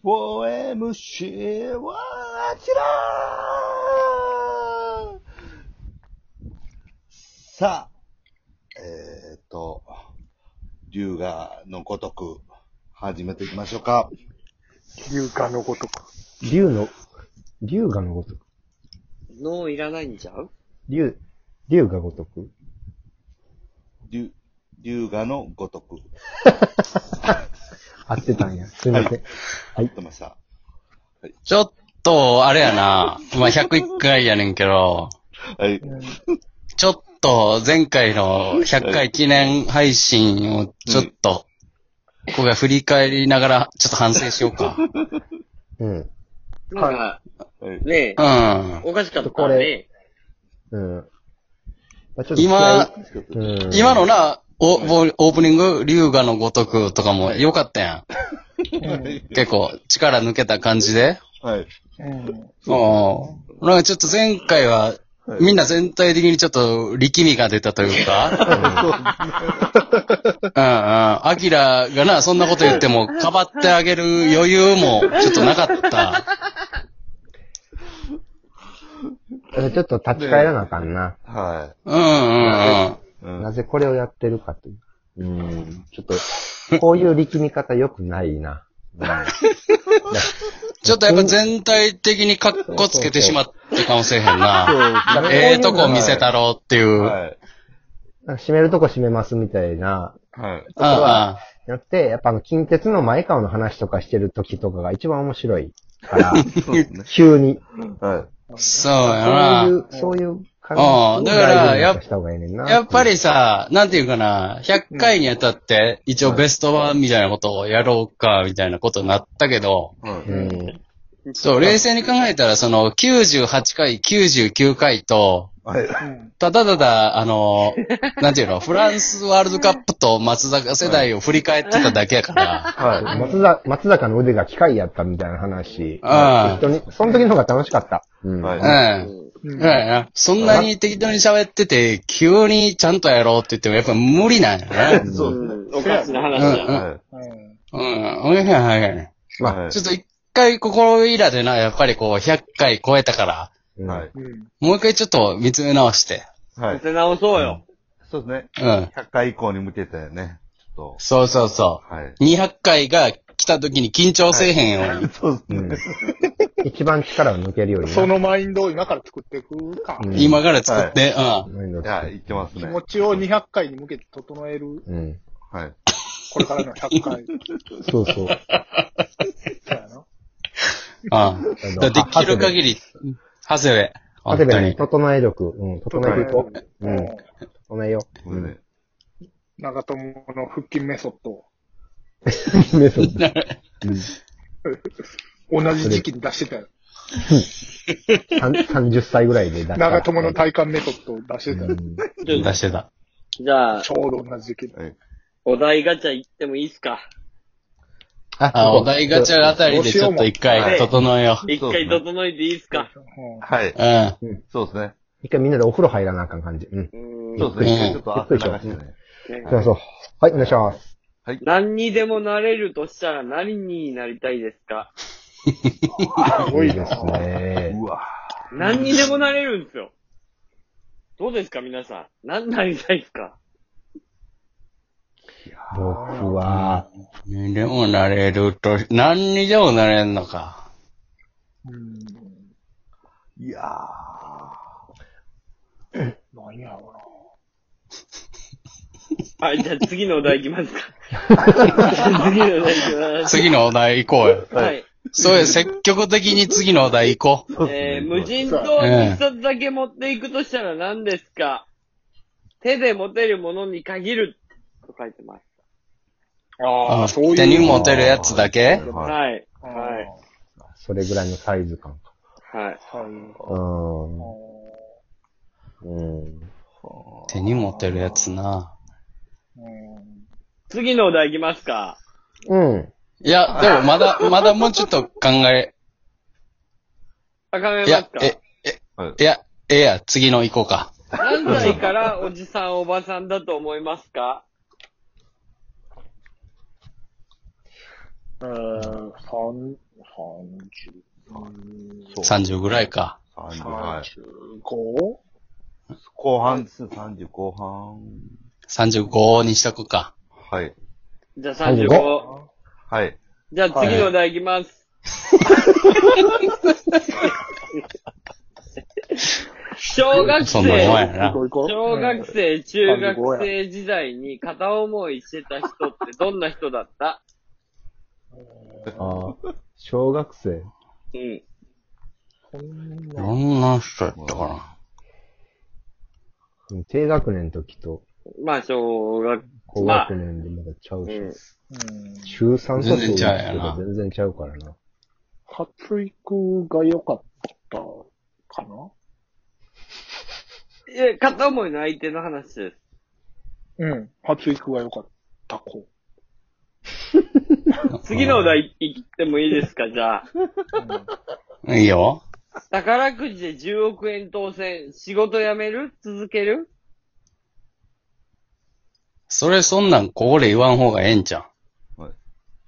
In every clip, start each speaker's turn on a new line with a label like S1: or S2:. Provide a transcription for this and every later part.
S1: 4MC はあちらさあ、龍がのごとく始めていきましょうか。
S2: 龍がのごとく。
S3: 龍がのごとく。
S4: 脳いらないんちゃう？
S3: 龍がごとく。
S1: 龍がのごとく。
S3: 合ってたんや。すいません。はい。
S1: 合ってました。はい、
S5: ちょっと、あれやな。まあ、101回やねんけど。
S1: はい。
S5: ちょっと、前回の100回記念配信をちょっと、ここが振り返りながら、ちょっと反省しようか。
S3: うん。
S4: なんか、ねえ、
S5: うん。
S4: おかしかったね。
S3: うん。
S5: 今のな、オ
S3: はい、
S5: ープニング、龍がのごとくとかも良かったやん。結構、力抜けた感じで。
S1: はい。
S5: なんかちょっと前回は、みんな全体的にちょっと力みが出たというか。アキラがな、そんなこと言っても、かばってあげる余裕もちょっとなかった。
S3: ちょっと立ち返らなあかんな。
S1: はい。
S3: なぜこれをやってるかという。ちょっと、こういう力み方良くないな。
S5: ちょっとやっぱ全体的にカッコつけてしまってかもしれへんな。とこ見せたろうっていう。はい、
S3: 締めるとこ締めますみたいな。
S1: はい。
S3: ところは、やって、やっぱ近鉄の前川の話とかしてる時とかが一番面白いから、急に。
S1: はい。
S5: そうやな。
S3: そういう感
S5: じ。だから、やっぱりさ、
S1: うん、
S5: なんていうかな、100回にあたって、一応ベストワンみたいなことをやろうか、みたいなことになったけど、そう、冷静に考えたら、その、98回、99回と、ただ、なんていうの、フランスワールドカップと松坂世代を振り返ってただけやから。
S3: 松坂の腕が機械やったみたいな話。その時の方が楽しかった。
S5: そんなに適当に喋ってて、急にちゃんとやろうって言ってもやっぱ無理なんやね。
S4: そう。おかしな話だ。
S5: まあ、ちょっと一回心いらでな、やっぱりこう、100回超えたから、もう一回ちょっと見つめ直して。
S4: 見つめ直そうよ。
S1: そうですね。100回以降に向けてね。
S5: そう。200回が来た時に緊張せえへんように。
S1: そうですね。
S3: 一番力を抜けるように。
S2: そのマインドを今から作っていくか。
S5: 今から作って、
S1: いや、いってますね。
S2: 気持ちを200回に向けて整える。
S1: はい。
S2: これからの100回。
S3: そう。
S2: そうや
S5: な。できる限り、長谷部。
S3: 長谷部に整え力。整えていこう。整えよう。
S2: 長友の腹筋メソッド。
S3: メソッ
S2: ド。同じ時期に出してたよ。
S3: 30歳ぐらいで出した。
S2: 長友の体幹メソッドを出してたよ。
S5: 出してた。
S4: じゃあ、
S2: ちょうど同じ時期
S4: で。お題ガチャ行ってもいいっすか？
S5: お題ガチャあたりでちょっと一回整えよう。
S4: 一回整えていいっすか？
S1: はい。そうですね。
S3: 一回みんなでお風呂入らなあかん感じ。
S1: そうですね。ちょっと汗流してね。
S3: そう。はい、お願いします。
S1: はい。
S4: 何にでもなれるとしたら何になりたいですか？
S3: すごいですね。
S1: うわ。
S4: 何にでもなれるんですよ。どうですか皆さん。何になりたいですか？
S3: 僕は、
S5: 何にでもなれると、何にでもなれんのか。
S1: いや
S2: 何やろ
S4: うな。はい、じゃあ次のお題いきますか。
S5: 次のお題行こうよ。
S4: はい。
S5: そうや、積極的に次のお題行こう。
S4: 無人島に一つだけ持っていくとしたら何ですか？手で持てるものに限ると書いてます。
S2: そういう。
S5: 手に持てるやつだけ？
S4: はい。
S3: それぐらいのサイズ感か。
S4: はい。
S5: 手に持てるやつな。
S4: 次のお題いきますか？
S5: いや、でもまだもうちょっと考え
S4: ますか？
S5: いや、次の行こうか。
S4: 何歳からおじさんおばさんだと思いますか？
S5: 30ぐらいか。
S1: 30、はい。
S2: 35?
S1: 後半です、30後半。
S5: 35にしとくか。
S1: はい。
S4: じゃあ35。
S1: はい。
S4: じゃあ次の題いきます。小学
S5: そんなもんや
S4: 生、
S5: な。
S4: 小学生、中学生時代に片思いしてた人ってどんな人だった？
S3: ああ、小学生。
S4: うん。
S5: どんな人やったか
S3: 低学年の時と
S4: まあ、小学、
S3: 高学年でまだちゃうし。中3と
S5: 全然ちゃうやな
S3: 全然ちゃうからな。
S2: 発育が良かったかな？
S4: 片思いの相手の話です。
S2: うん。発育が良かった子。
S4: 次のお題言ってもいいですか、じゃあ。
S5: な。いいよ。
S4: 宝くじで10億円当選。仕事辞める？続ける？
S5: そんなんここで言わん方がええんちゃう。
S1: はい。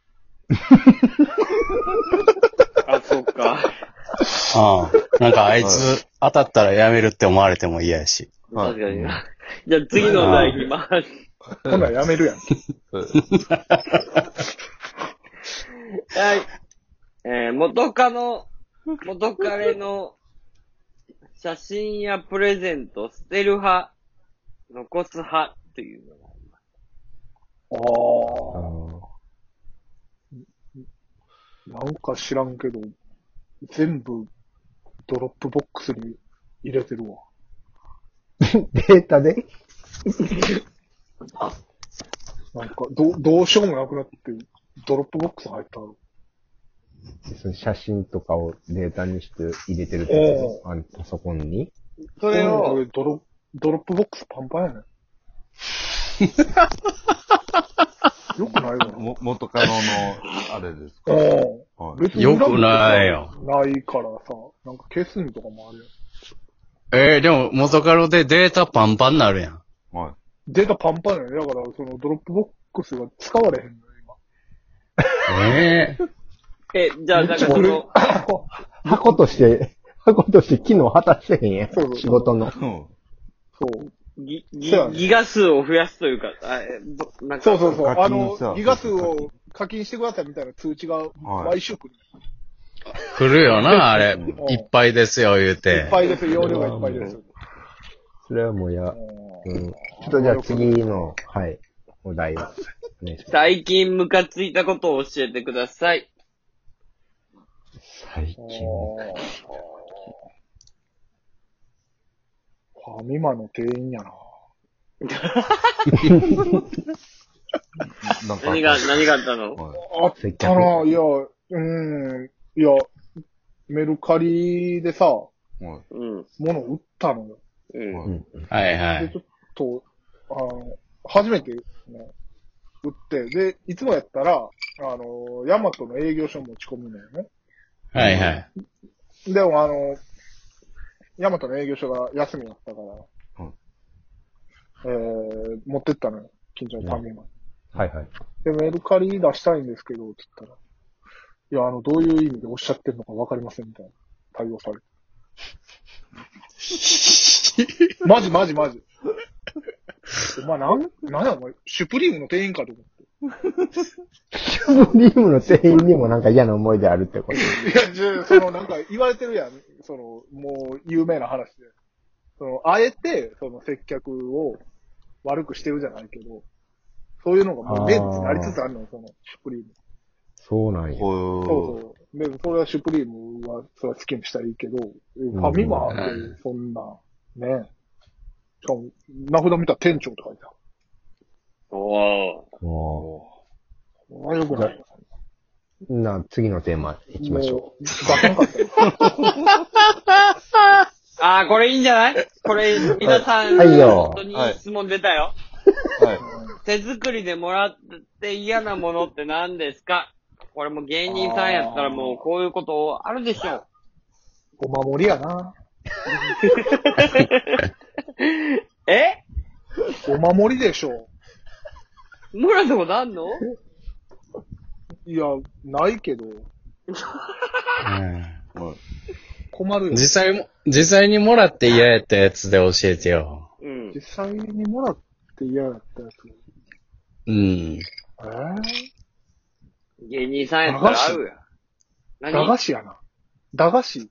S4: あ、そっか。
S5: ああ。なんかあいつ当たったらやめるって思われても嫌やし。
S4: 確かにな。じゃあ次のお題いきます。
S2: ほんならやめるやん。
S4: はい。元彼の写真やプレゼント捨てる派、残す派というのがあります。
S2: なんか知らんけど、全部ドロップボックスに入れてるわ。
S3: データで
S2: なんか、どうしようもなくなって、ドロップボックス入ったの。
S3: その写真とかをデータにして入れてるってことパソコンに
S4: それを、
S2: ドロップボックスパンパンやねん。よくないわ。
S1: 元カノの、あれですか？
S2: 別に
S5: よくないよ。
S2: ないからさ、なんか消すみとかもあるやん。
S5: でも元カノでデータパンパンになるやん。
S1: はい。
S2: データパンパンやねん。だから、そのドロップボックスが使われへんのよ、
S4: じゃあ、なんかその、
S3: 箱として機能果たしてへんやん。
S2: そう
S3: 仕事の。
S2: そう。
S4: ギガ数を増やすというか、なんか
S2: そう。ギガ数
S1: 課
S2: を課金してくださいみたいな通知が毎週来る。
S5: 来るよな、あれ。いっぱいですよ、言うて。
S2: いっぱいです、容量がいっぱいです。
S3: それはもうちょっとじゃあ次の、はい、お題は。
S4: 最近ムカついたことを教えてください。
S3: 最近。
S2: ファミマの店員やな。
S4: 何があったの？
S2: あったな。いや、メルカリでさ、物売ったのよ。
S5: はいはい。
S2: で、ちょっと、初めて、ね、売って、で、いつもやったら、ヤマトの営業所持ち込むのよね。
S5: はいはい。
S2: でもヤマトの営業所が休みだったから、持ってったのよ。近所のファミマ。
S3: はいはい。
S2: で、メルカリ出したいんですけど、って言ったら、いや、どういう意味でおっしゃってるのかわかりません、みたいな対応されて。マジ。お前なんやお前、シュプリームの店員かと思って。
S3: シュプリームの店員にもなんか嫌な思い出あるってこと？
S2: いや、なんか言われてるやん。もう有名な話で。あえて、接客を悪くしてるじゃないけど、そういうのがもう名物になりつつあるのよ、シュプリーム。
S3: そうなんや。
S2: そう。で、それはシュプリームは、それは好きにしたらいいけど、ファミマってそんな、ね。しかも、名札見たら店長とかいた。
S3: お
S2: あ、よくないよ。
S3: 次のテーマ行きましょう。
S2: 出さなかったよ。
S4: これいいんじゃない？これ、皆さん、
S3: はいよ
S4: 本当にいい質問出たよ。
S1: はい。
S4: 手作りでもらって嫌なものって何ですか？これも芸人さんやったらもうこういうことあるでしょう。
S2: お守りやな。お守りでしょ。
S4: もらったことあんの？
S2: いや、ないけど、困るよ。
S5: 実際にもらって嫌やったやつで教えてよ。
S4: うん。
S2: 実際にもらって嫌だったやつ。
S5: うん。
S4: 芸人さんやったら合うやん。
S2: 駄菓子やな。駄菓子。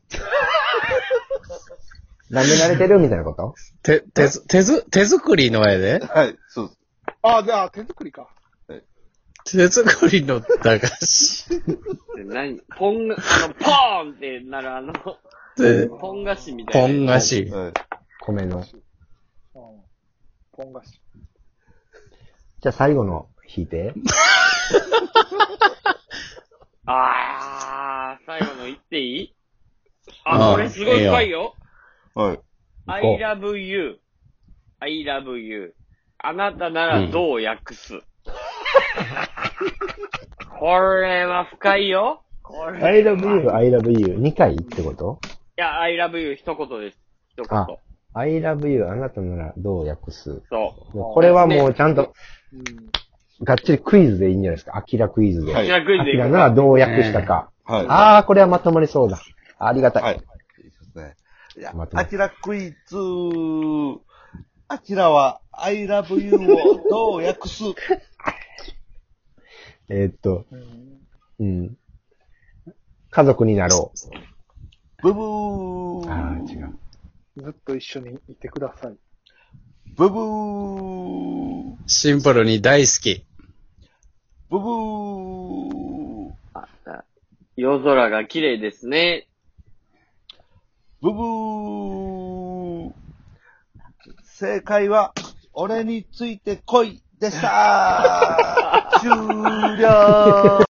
S3: 舐められてるみたいなこと？
S5: 手作りのやで？
S1: はい、そうです。
S2: じゃあ手作りか。
S5: 手作りの駄菓子。
S4: 何ポーンってなるポン菓子みたいな。
S5: ポン菓子。
S3: 米の。
S2: ポン菓子。
S3: じゃあ最後の引いて。
S4: 最後の言っていい？これすごい深いよ。
S1: はい。
S4: I love you. I love you. あなたならどう訳す？これは深いよ。
S3: I love you, I love you. 2回ってこと？
S4: いや、I love you 一言です。一言。
S3: I love you, あなたならどう訳す？
S4: そう。
S3: これはもうちゃんと、がっちりクイズでいいんじゃないですか。アキラクイズで。
S4: アキラクイズでいい。
S3: アキラならどう訳したか。
S1: はい。
S3: これはまとまりそうだ。ありがたい。
S1: はい。いいですね。いや、アキラクイズ、アキラは I love you をどう訳す？
S3: 家族になろ
S1: う。ブブー。
S3: 違う。
S2: ずっと一緒にいてください。
S1: ブブー。
S5: シンプルに大好き。
S1: ブブー。
S4: 夜空が綺麗ですね。
S1: ブブー。正解は、俺について来いでした。終了。